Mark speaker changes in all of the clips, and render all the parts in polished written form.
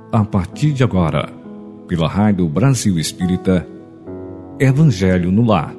Speaker 1: A partir de agora, pela Rádio Brasil Espírita, Evangelho no Lar.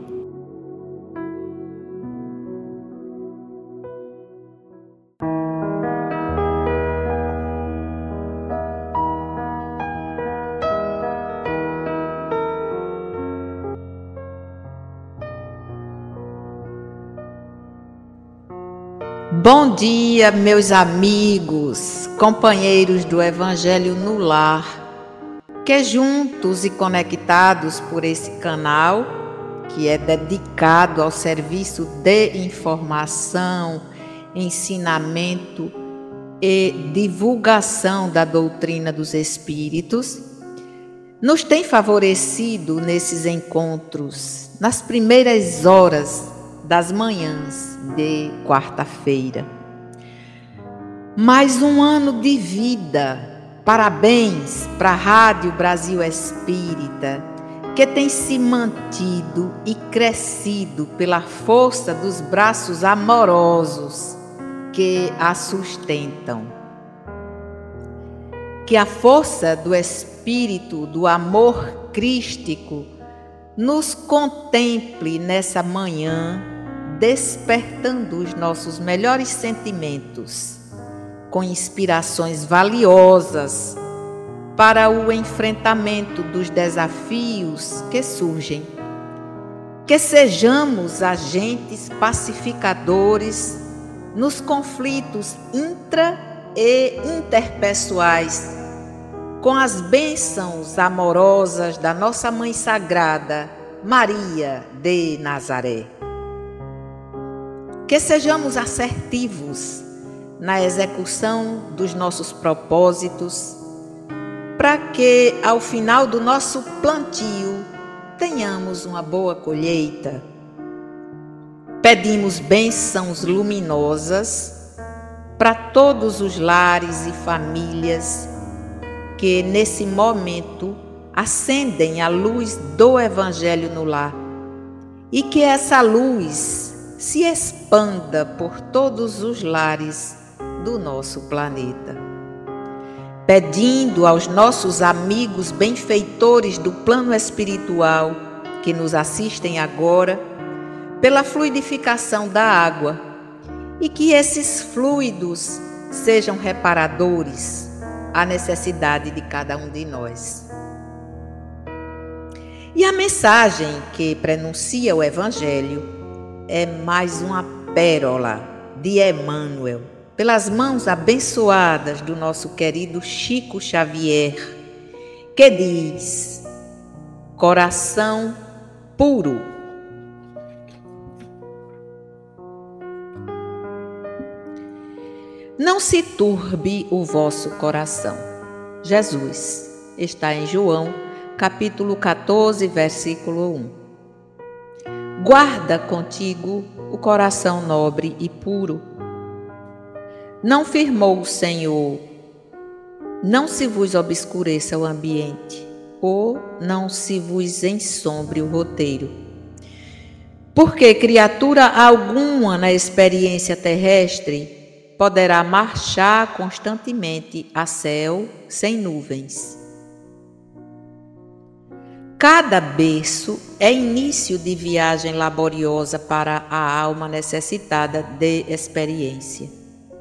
Speaker 2: Bom dia, meus amigos, companheiros do Evangelho no Lar, que juntos e conectados por esse canal, que é dedicado ao serviço de informação, ensinamento e divulgação da doutrina dos Espíritos, nos tem favorecido nesses encontros, nas primeiras horas das manhãs de quarta-feira. Mais um ano de vida. Parabéns para a Rádio Brasil Espírita, que tem se mantido e crescido pela força dos braços amorosos que a sustentam. Que a força do Espírito, do amor crístico, nos contemple nessa manhã, despertando os nossos melhores sentimentos, com inspirações valiosas para o enfrentamento dos desafios que surgem. Que sejamos agentes pacificadores nos conflitos intra e interpessoais, com as bênçãos amorosas da nossa Mãe Sagrada, Maria de Nazaré. Que sejamos assertivos na execução dos nossos propósitos, para que, ao final do nosso plantio, tenhamos uma boa colheita. Pedimos bênçãos luminosas para todos os lares e famílias que, nesse momento, acendem a luz do Evangelho no lar, e que essa luz se expanda por todos os lares do nosso planeta. Pedindo aos nossos amigos benfeitores do plano espiritual que nos assistem agora, pela fluidificação da água, e que esses fluidos sejam reparadores à necessidade de cada um de nós. E a mensagem que prenuncia o Evangelho é mais uma pérola de Emmanuel, pelas mãos abençoadas do nosso querido Chico Xavier, que diz: coração puro. Não se turbe o vosso coração. Jesus está em João, capítulo 14, versículo 1. Guarda contigo o coração nobre e puro. Não firmou o Senhor, não se vos obscureça o ambiente, ou não se vos ensombre o roteiro. Porque criatura alguma na experiência terrestre poderá marchar constantemente a céu sem nuvens. Cada berço é início de viagem laboriosa para a alma necessitada de experiência.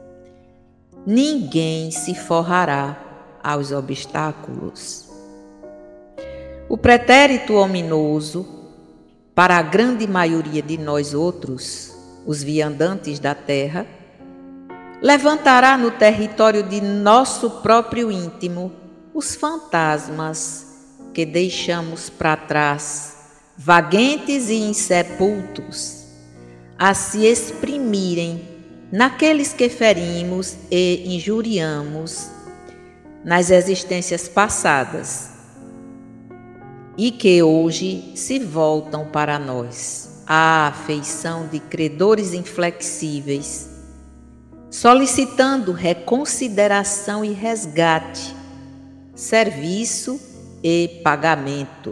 Speaker 2: Ninguém se forrará aos obstáculos. O pretérito ominoso, para a grande maioria de nós outros, os viandantes da terra, levantará no território de nosso próprio íntimo os fantasmas que deixamos para trás, vaguentes e insepultos, a se exprimirem naqueles que ferimos e injuriamos nas existências passadas e que hoje se voltam para nós, à afeição de credores inflexíveis, solicitando reconsideração e resgate, serviço e pagamento.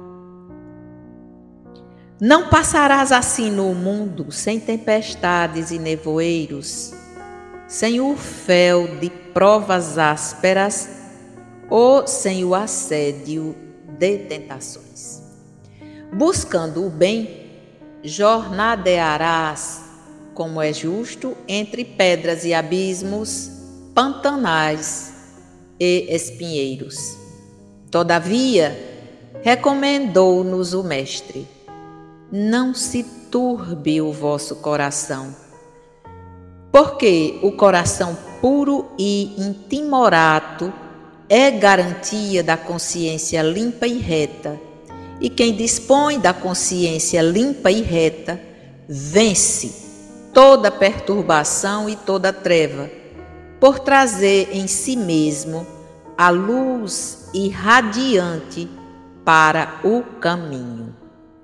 Speaker 2: Não passarás assim no mundo sem tempestades e nevoeiros, sem o fel de provas ásperas ou sem o assédio de tentações. Buscando o bem, jornadearás, como é justo, entre pedras e abismos, pantanais e espinheiros. Todavia, recomendou-nos o Mestre: não se turbe o vosso coração, porque o coração puro e intimorato é garantia da consciência limpa e reta, e quem dispõe da consciência limpa e reta vence toda perturbação e toda treva, por trazer em si mesmo a luz irradiante para o caminho.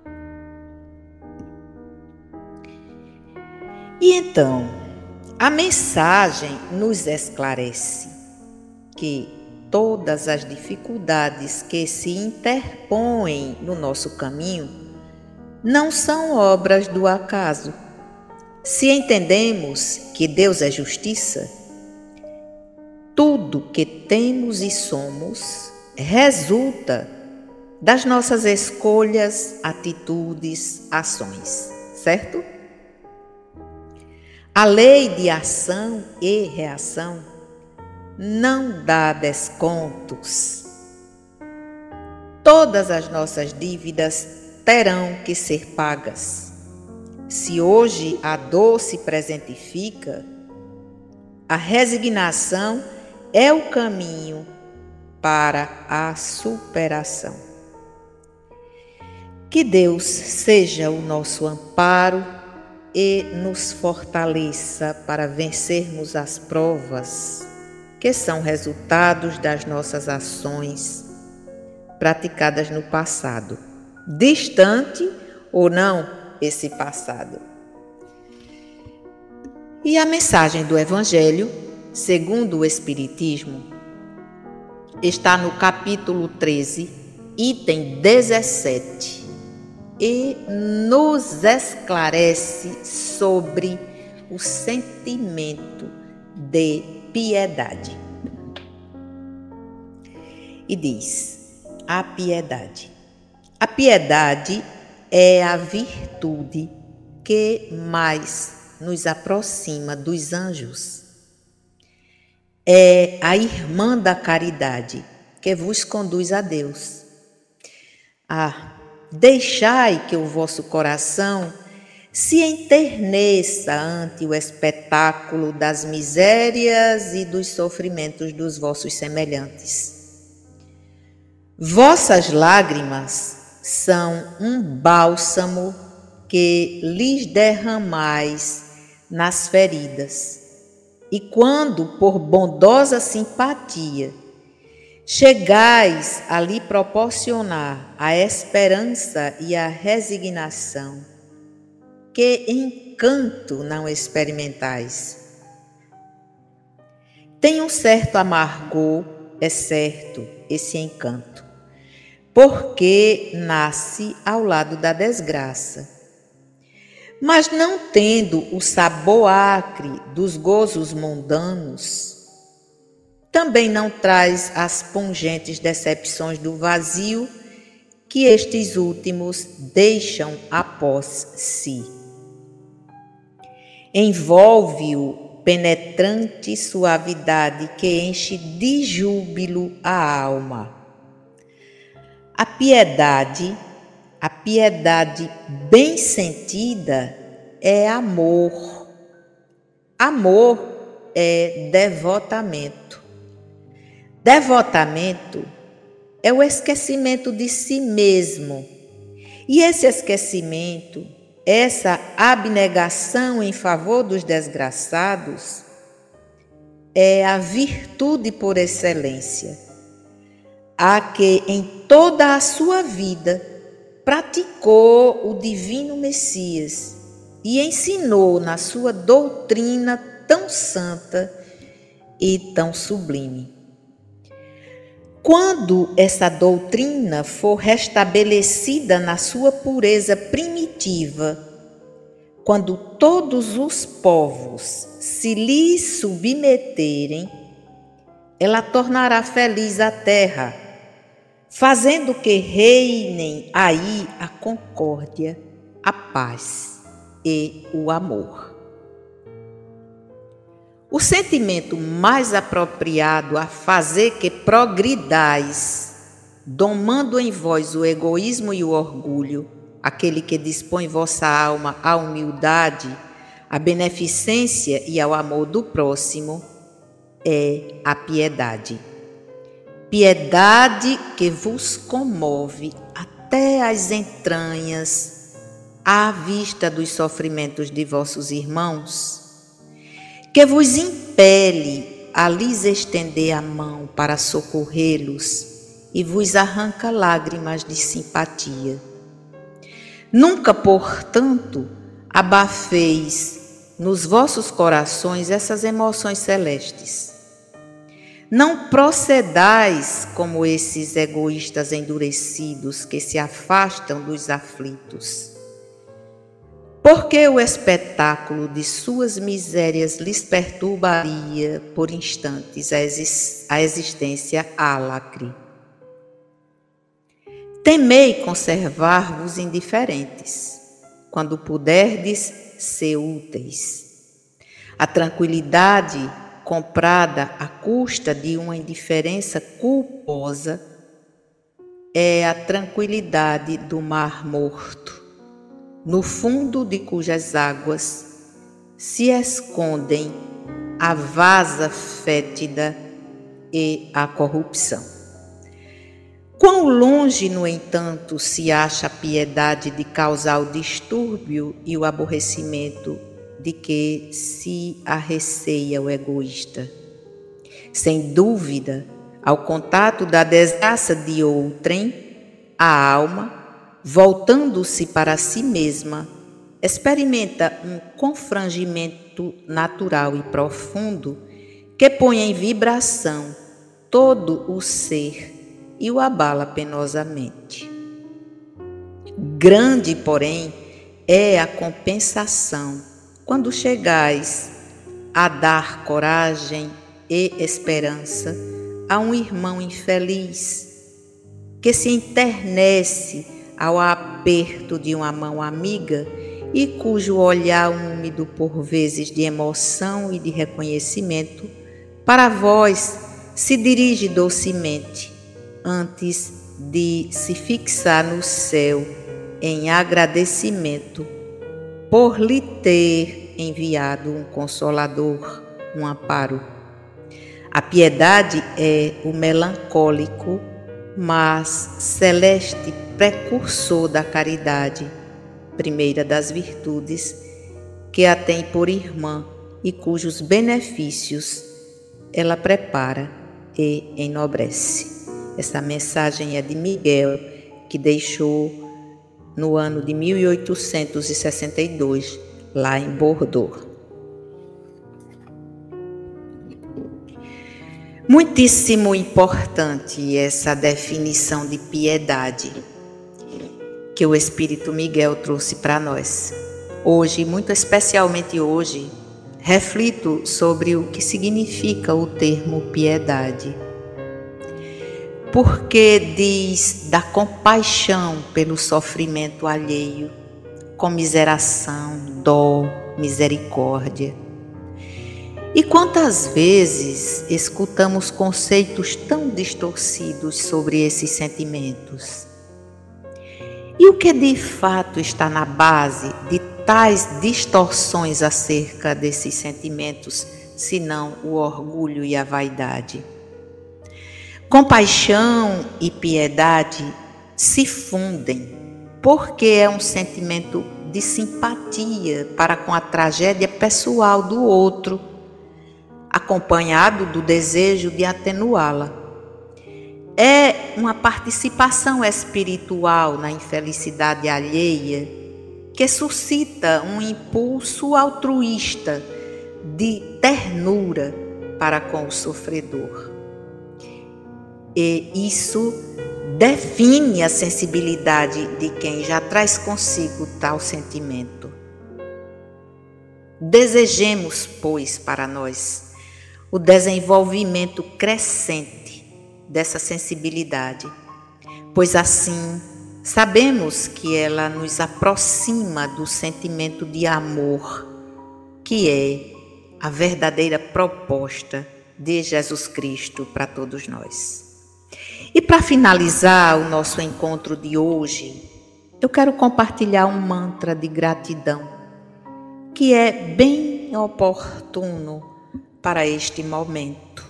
Speaker 2: E então, a mensagem nos esclarece que todas as dificuldades que se interpõem no nosso caminho não são obras do acaso. Se entendemos que Deus é justiça, tudo que temos e somos resulta das nossas escolhas, atitudes, ações, certo? A lei de ação e reação não dá descontos. Todas as nossas dívidas terão que ser pagas. Se hoje a dor se presentifica, a resignação é o caminho para a superação. Que Deus seja o nosso amparo e nos fortaleça para vencermos as provas que são resultados das nossas ações praticadas no passado, distante ou não esse passado. E a mensagem do Evangelho, segundo o Espiritismo, está no capítulo 13, item 17, e nos esclarece sobre o sentimento de piedade. E diz: a piedade. A piedade é a virtude que mais nos aproxima dos anjos. É a irmã da caridade que vos conduz a Deus. Deixai que o vosso coração se enterneça ante o espetáculo das misérias e dos sofrimentos dos vossos semelhantes. Vossas lágrimas são um bálsamo que lhes derramais nas feridas, e quando, por bondosa simpatia, chegais a lhe proporcionar a esperança e a resignação, que encanto não experimentais. Tem um certo amargor, é certo, esse encanto, porque nasce ao lado da desgraça. Mas não tendo o sabor acre dos gozos mundanos, também não traz as pungentes decepções do vazio que estes últimos deixam após si. Envolve-o penetrante suavidade que enche de júbilo a alma. A piedade bem sentida é amor. Amor é devotamento. Devotamento é o esquecimento de si mesmo. E esse esquecimento, essa abnegação em favor dos desgraçados, é a virtude por excelência, a que em toda a sua vida praticou o divino Messias e ensinou na sua doutrina tão santa e tão sublime. Quando essa doutrina for restabelecida na sua pureza primitiva, quando todos os povos se lhe submeterem, ela tornará feliz a terra, fazendo que reinem aí a concórdia, a paz e o amor. O sentimento mais apropriado a fazer que progridais, domando em vós o egoísmo e o orgulho, aquele que dispõe vossa alma à humildade, à beneficência e ao amor do próximo, é a piedade. Piedade que vos comove até as entranhas à vista dos sofrimentos de vossos irmãos, que vos impele a lhes estender a mão para socorrê-los e vos arranca lágrimas de simpatia. Nunca, portanto, abafeis nos vossos corações essas emoções celestes. Não procedais como esses egoístas endurecidos que se afastam dos aflitos, porque o espetáculo de suas misérias lhes perturbaria por instantes a existência álacre. Temei conservar-vos indiferentes, quando puderdes ser úteis. A tranquilidade comprada à custa de uma indiferença culposa é a tranquilidade do mar morto, no fundo de cujas águas se escondem a vasa fétida e a corrupção. Quão longe, no entanto, se acha a piedade de causar o distúrbio e o aborrecimento de que se arreceia o egoísta. Sem dúvida, ao contato da desgraça de outrem, a alma, voltando-se para si mesma, experimenta um confrangimento natural e profundo que põe em vibração todo o ser e o abala penosamente. Grande, porém, é a compensação quando chegais a dar coragem e esperança a um irmão infeliz que se enternece ao aperto de uma mão amiga e cujo olhar úmido por vezes de emoção e de reconhecimento para vós se dirige docemente antes de se fixar no céu em agradecimento por lhe ter enviado um consolador, um amparo. A piedade é o melancólico, mas celeste precursor da caridade, primeira das virtudes, que a tem por irmã e cujos benefícios ela prepara e enobrece. Essa mensagem é de Miguel, que deixou no ano de 1862, lá em Bordeaux. Muitíssimo importante essa definição de piedade que o Espírito Miguel trouxe para nós. Hoje, muito especialmente hoje, reflito sobre o que significa o termo piedade. Porque diz da compaixão pelo sofrimento alheio, comiseração, dó, misericórdia. E quantas vezes escutamos conceitos tão distorcidos sobre esses sentimentos? E o que de fato está na base de tais distorções acerca desses sentimentos, senão o orgulho e a vaidade? Compaixão e piedade se fundem, porque é um sentimento de simpatia para com a tragédia pessoal do outro, acompanhado do desejo de atenuá-la. É uma participação espiritual na infelicidade alheia que suscita um impulso altruísta de ternura para com o sofredor. E isso define a sensibilidade de quem já traz consigo tal sentimento. Desejemos, pois, para nós o desenvolvimento crescente dessa sensibilidade, pois assim sabemos que ela nos aproxima do sentimento de amor, que é a verdadeira proposta de Jesus Cristo para todos nós. E para finalizar o nosso encontro de hoje, eu quero compartilhar um mantra de gratidão, que é bem oportuno para este momento.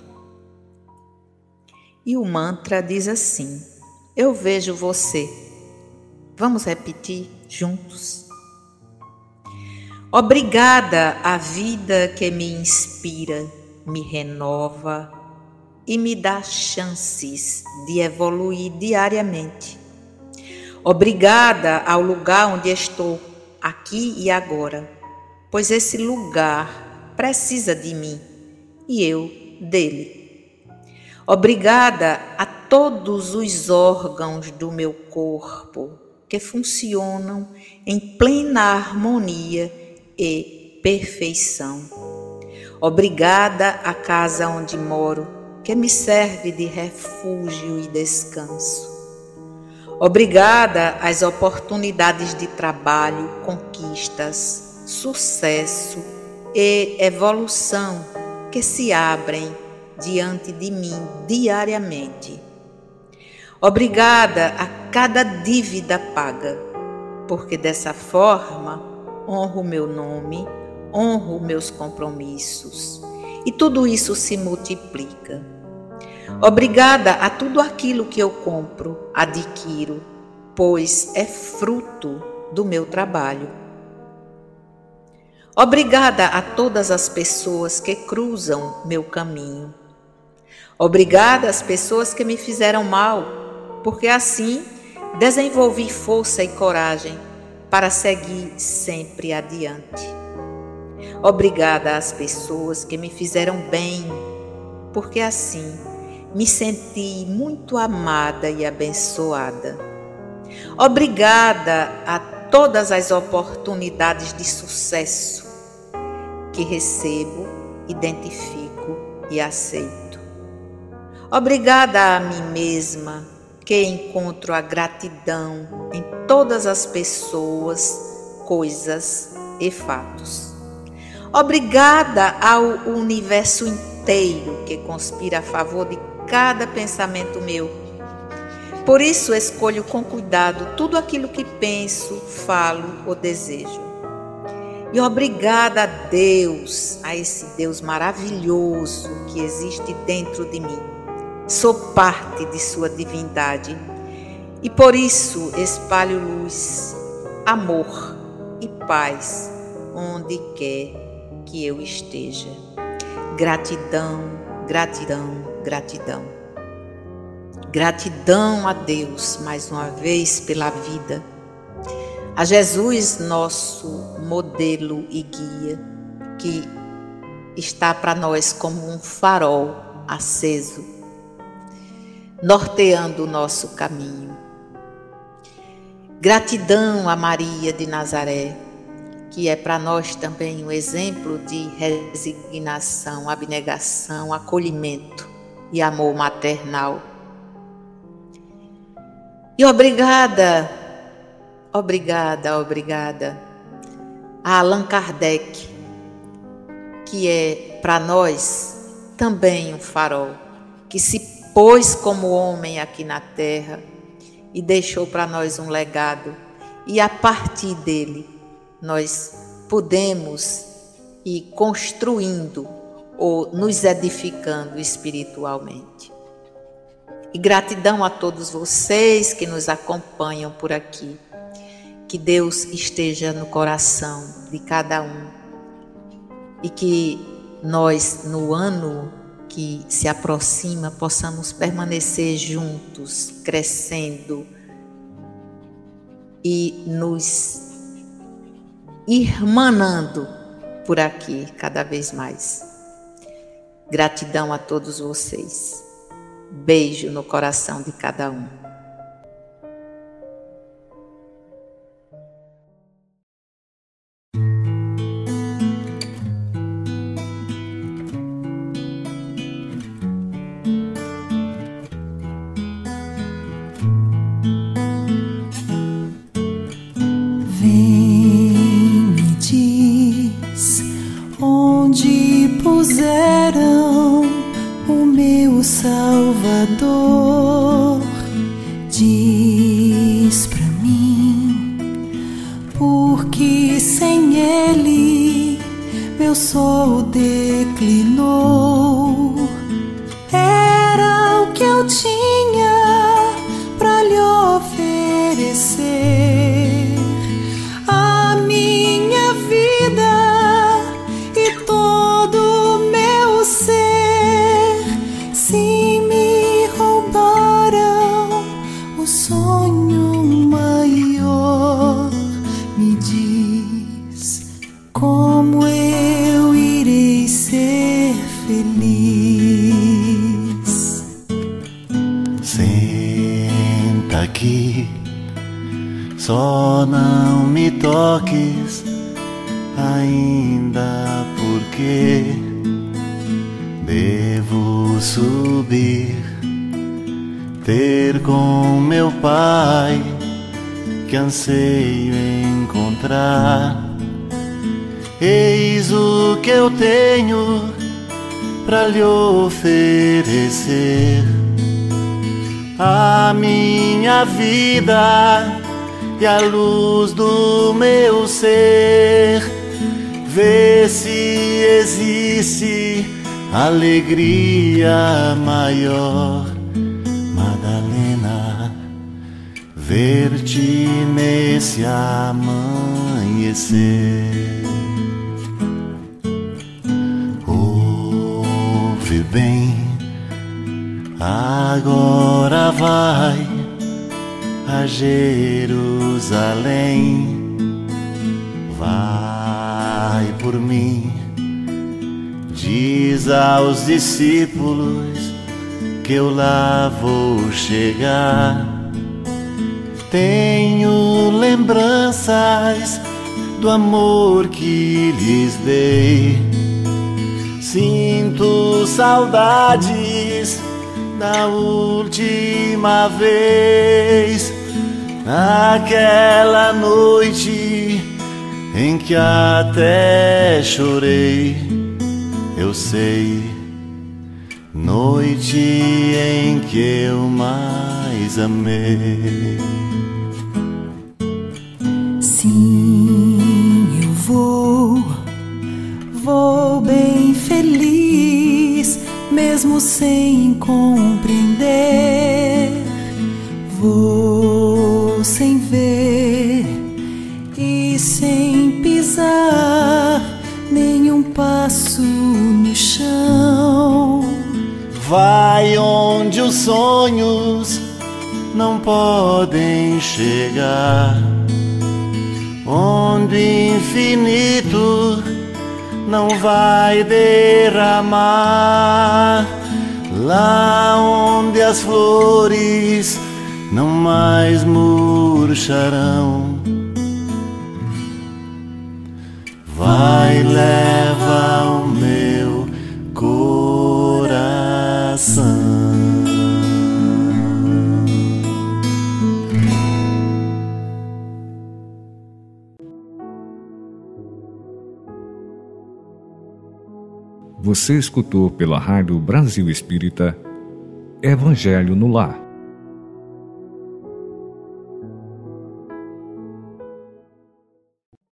Speaker 2: E o mantra diz assim: eu vejo você. Vamos repetir juntos? Obrigada à vida que me inspira, me renova e me dá chances de evoluir diariamente. Obrigada ao lugar onde estou, aqui e agora, pois esse lugar precisa de mim e eu dele. Obrigada a todos os órgãos do meu corpo que funcionam em plena harmonia e perfeição. Obrigada à casa onde moro, que me serve de refúgio e descanso. Obrigada às oportunidades de trabalho, conquistas, sucesso e evolução que se abrem diante de mim diariamente. Obrigada a cada dívida paga, porque dessa forma honro meu nome, honro meus compromissos e tudo isso se multiplica. Obrigada a tudo aquilo que eu compro, adquiro, pois é fruto do meu trabalho. Obrigada a todas as pessoas que cruzam meu caminho. Obrigada às pessoas que me fizeram mal, porque assim desenvolvi força e coragem para seguir sempre adiante. Obrigada às pessoas que me fizeram bem, porque assim me senti muito amada e abençoada. Obrigada a todas as oportunidades de sucesso que recebo, identifico e aceito. Obrigada a mim mesma, que encontro a gratidão em todas as pessoas, coisas e fatos. Obrigada ao universo inteiro que conspira a favor de cada pensamento meu. Por isso escolho com cuidado tudo aquilo que penso, falo ou desejo. E obrigada a Deus, a esse Deus maravilhoso que existe dentro de mim. Sou parte de sua divindade e por isso espalho luz, amor e paz onde quer que eu esteja. Gratidão, gratidão, gratidão. Gratidão a Deus mais uma vez pela vida, a Jesus, nosso modelo e guia, que está para nós como um farol aceso, norteando o nosso caminho. Gratidão a Maria de Nazaré, que é para nós também um exemplo de resignação, abnegação, acolhimento e amor maternal. E obrigada a Allan Kardec, que é para nós também um farol, que se pôs como homem aqui na terra e deixou para nós um legado, e a partir dele nós podemos ir construindo ou nos edificando espiritualmente. E gratidão a todos vocês que nos acompanham por aqui. Que Deus esteja no coração de cada um e que nós, no ano que se aproxima, possamos permanecer juntos, crescendo e nos irmanando por aqui cada vez mais. Gratidão a todos vocês. Beijo no coração de cada um.
Speaker 3: Salvador diz pra mim, porque sem Ele meu sol declinou. Era o que eu tinha pra lhe oferecer, a minha vida e todo o meu ser. Se me roubaram o sonho maior, me diz como eu irei ser feliz.
Speaker 4: Senta aqui, só não me toques ainda, porque devo subir, ter com meu Pai, que anseio encontrar. Eis o que eu tenho pra lhe oferecer, a minha vida e a luz do meu ser. Vê se existe alegria maior, Madalena, ver-te nesse amanhecer. Ouve bem, agora vai a Jerusalém, vai por mim, diz aos discípulos que eu lá vou chegar. Tenho lembranças do amor que lhes dei, sinto saudades da última vez, naquela noite em que até chorei. Eu sei, noite em que eu mais amei.
Speaker 3: Sim, eu vou bem feliz, mesmo sem compreender. Vou sem ver e sem pisar nenhum passo no chão.
Speaker 4: Vai onde os sonhos não podem chegar, onde o infinito não vai derramar, lá onde as flores não mais murcharão. Vai, leva o meu coração.
Speaker 1: Você escutou pela Rádio Brasil Espírita Evangelho no Lar.